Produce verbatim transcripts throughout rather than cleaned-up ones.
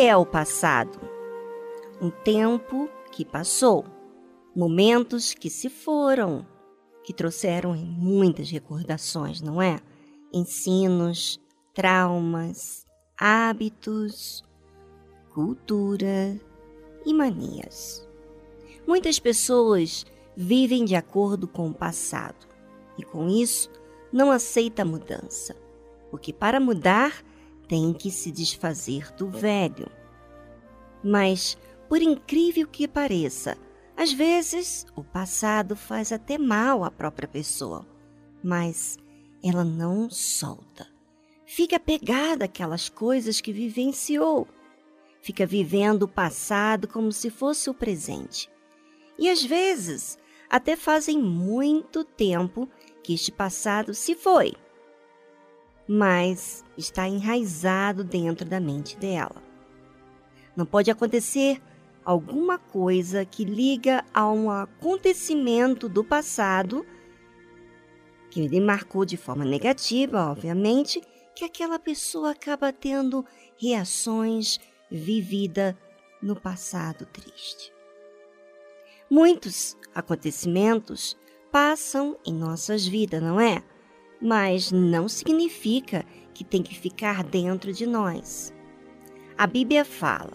é o passado? Um tempo que passou, momentos que se foram, que trouxeram muitas recordações, não é? Ensinos, traumas, hábitos, cultura e manias. Muitas pessoas vivem de acordo com o passado e, com isso, não aceita a mudança, porque para mudar tem que se desfazer do velho. Mas, por incrível que pareça, às vezes o passado faz até mal à própria pessoa, mas ela não solta. Fica apegada àquelas coisas que vivenciou. Fica vivendo o passado como se fosse o presente. E às vezes até fazem muito tempo que este passado se foi, mas está enraizado dentro da mente dela. Não pode acontecer alguma coisa que liga a um acontecimento do passado que lhe marcou de forma negativa, obviamente, que aquela pessoa acaba tendo reações vividas no passado triste. Muitos acontecimentos passam em nossas vidas, não é? Mas não significa que tem que ficar dentro de nós. A Bíblia fala: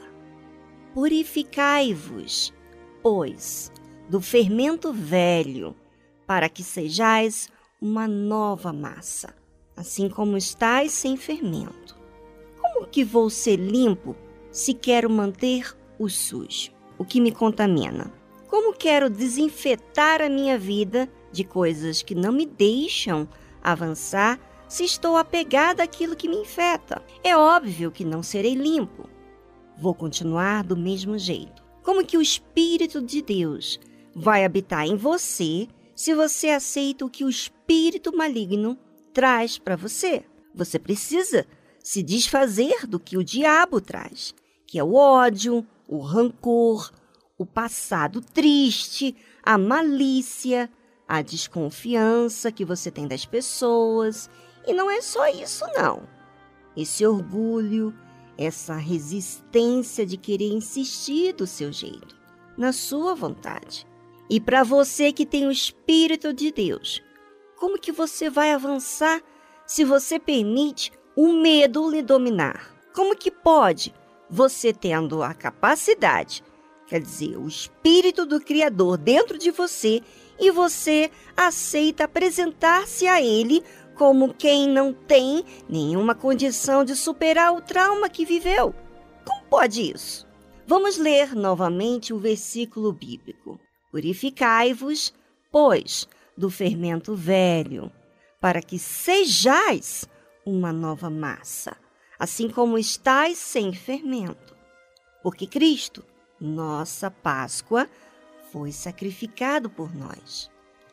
purificai-vos, pois, do fermento velho, para que sejais uma nova massa, assim como estáis sem fermento. Como que vou ser limpo se quero manter o sujo, o que me contamina? Como quero desinfetar a minha vida de coisas que não me deixam avançar se estou apegada àquilo que me infeta? É óbvio que não serei limpo. Vou continuar do mesmo jeito. Como que o Espírito de Deus vai habitar em você se você aceita o que o espírito maligno traz para você? Você precisa se desfazer do que o diabo traz, que é o ódio, o rancor, o passado triste, a malícia, a desconfiança que você tem das pessoas. E não é só isso, não. Esse orgulho, essa resistência de querer insistir do seu jeito, na sua vontade. E para você que tem o Espírito de Deus, como que você vai avançar se você permite o medo lhe dominar? Como que pode você, tendo a capacidade, quer dizer, o Espírito do Criador dentro de você, e você aceita apresentar-se a Ele como quem não tem nenhuma condição de superar o trauma que viveu? Como pode isso? Vamos ler novamente o versículo bíblico. Purificai-vos, pois, do fermento velho, para que sejais uma nova massa, assim como estáis sem fermento. Porque Cristo, nossa Páscoa, foi sacrificado por nós.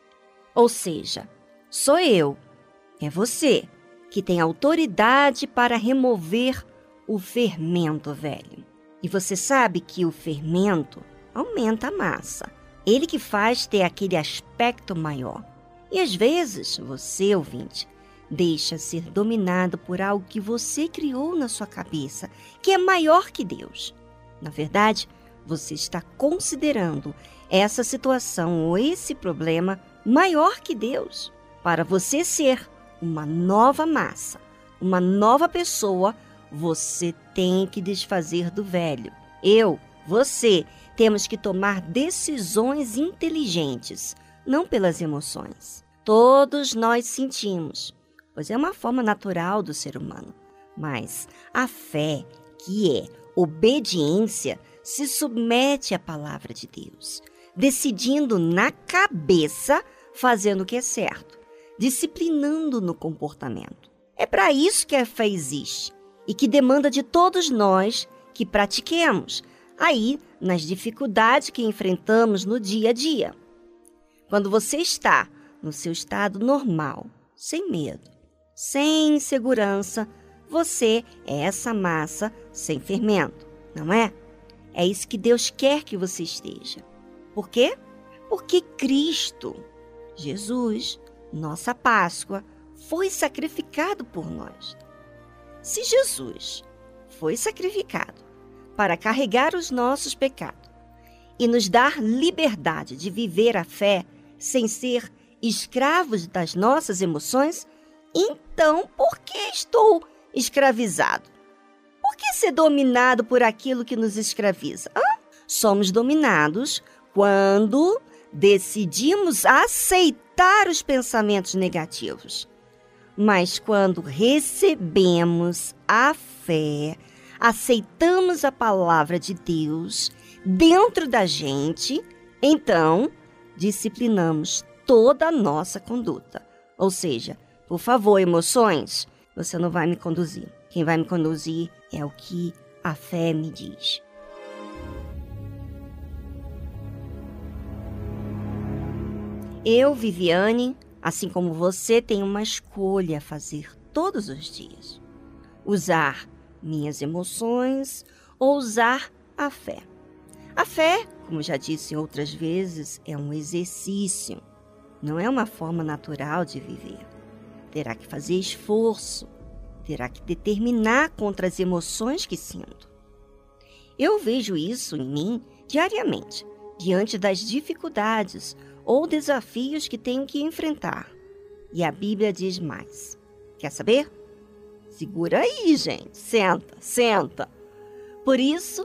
Ou seja, sou eu, é você, que tem autoridade para remover o fermento velho. E você sabe que o fermento aumenta a massa. Ele que faz ter aquele aspecto maior. E às vezes, você, ouvinte, deixa ser dominado por algo que você criou na sua cabeça, que é maior que Deus. Na verdade, você está considerando essa situação ou esse problema maior que Deus. Para você ser uma nova massa, uma nova pessoa, você tem que desfazer do velho. Eu, você, temos que tomar decisões inteligentes, não pelas emoções. Todos nós sentimos, pois é uma forma natural do ser humano. Mas a fé, que é obediência, se submete à palavra de Deus, decidindo na cabeça, fazendo o que é certo, disciplinando no comportamento. É para isso que a fé existe e que demanda de todos nós que pratiquemos aí nas dificuldades que enfrentamos no dia a dia. Quando você está no seu estado normal, sem medo, sem insegurança, você é essa massa sem fermento, não é? É isso que Deus quer que você esteja. Por quê? Porque Cristo, Jesus, nossa Páscoa, foi sacrificado por nós. Se Jesus foi sacrificado para carregar os nossos pecados e nos dar liberdade de viver a fé sem ser escravos das nossas emoções, então por que estou escravizado? Por que ser dominado por aquilo que nos escraviza? Hã? Somos dominados quando decidimos aceitar os pensamentos negativos. Mas quando recebemos a fé, aceitamos a palavra de Deus dentro da gente, então disciplinamos toda a nossa conduta. Ou seja, por favor, emoções, você não vai me conduzir. Quem vai me conduzir é o que a fé me diz. Eu, Viviane, assim como você, tenho uma escolha a fazer todos os dias. Usar minhas emoções ou usar a fé. A fé, como já disse outras vezes, é um exercício. Não é uma forma natural de viver. Terá que fazer esforço. Terá que determinar contra as emoções que sinto. Eu vejo isso em mim diariamente, diante das dificuldades ou desafios que tenho que enfrentar. E a Bíblia diz mais. Quer saber? Segura aí, gente. Senta, senta. Por isso,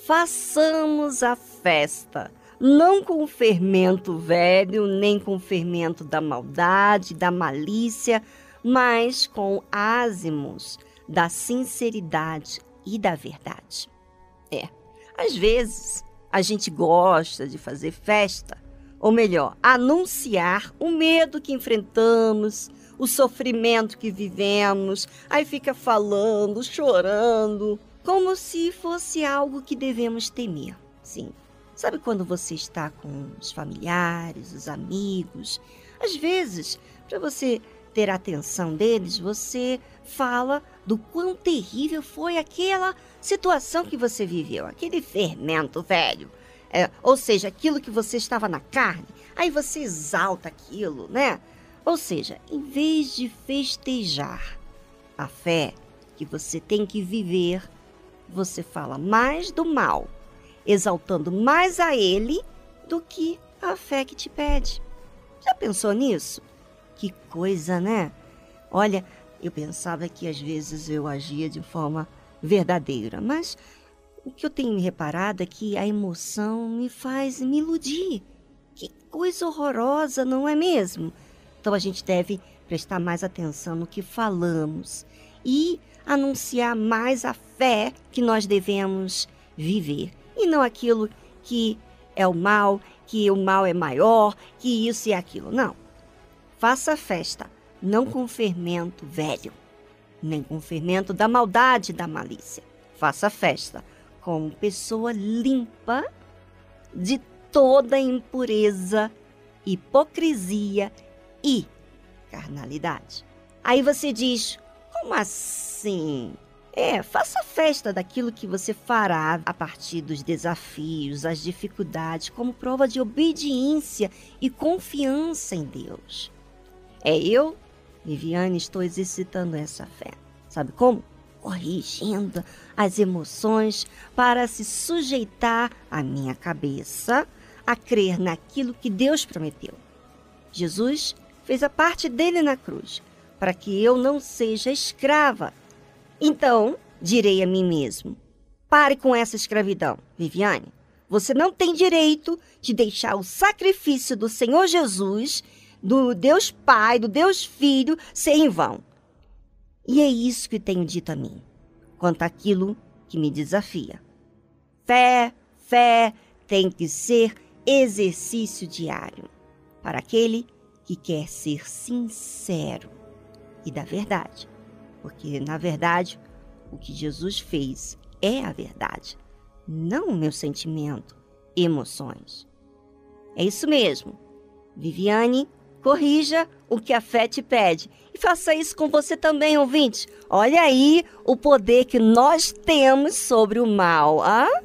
façamos a festa, não com o fermento velho, nem com o fermento da maldade, da malícia, mas com ázimos da sinceridade e da verdade. É, às vezes a gente gosta de fazer festa, ou melhor, anunciar o medo que enfrentamos, o sofrimento que vivemos, aí fica falando, chorando, como se fosse algo que devemos temer. Sim, sabe quando você está com os familiares, os amigos? Às vezes, para você ter a atenção deles, você fala do quão terrível foi aquela situação que você viveu, aquele fermento velho. É, ou seja, aquilo que você estava na carne, aí você exalta aquilo, né? Ou seja, em vez de festejar a fé que você tem que viver, você fala mais do mal, exaltando mais a ele do que a fé que te pede. Já pensou nisso? Que coisa, né? Olha, eu pensava que às vezes eu agia de forma verdadeira, mas o que eu tenho reparado é que a emoção me faz me iludir. Que coisa horrorosa, não é mesmo? Então a gente deve prestar mais atenção no que falamos e anunciar mais a fé que nós devemos viver. E não aquilo que é o mal, que o mal é maior, que isso e aquilo. Não. Faça festa, não com fermento velho, nem com fermento da maldade e da malícia. Faça festa como pessoa limpa de toda impureza, hipocrisia e carnalidade. Aí você diz, como assim? É, faça festa daquilo que você fará a partir dos desafios, as dificuldades, como prova de obediência e confiança em Deus. É, eu, Viviane, estou exercitando essa fé. Sabe como? Corrigindo as emoções para se sujeitar a minha cabeça a crer naquilo que Deus prometeu. Jesus fez a parte dele na cruz, para que eu não seja escrava. Então, direi a mim mesmo, pare com essa escravidão, Viviane. Você não tem direito de deixar o sacrifício do Senhor Jesus, do Deus Pai, do Deus Filho, ser em vão. E é isso que tenho dito a mim, quanto àquilo que me desafia. Fé, fé tem que ser exercício diário para aquele que quer ser sincero e da verdade. Porque, na verdade, o que Jesus fez é a verdade, não o meu sentimento, emoções. É isso mesmo. Viviane, corrija o que a fé te pede. E faça isso com você também, ouvinte. Olha aí o poder que nós temos sobre o mal, ah?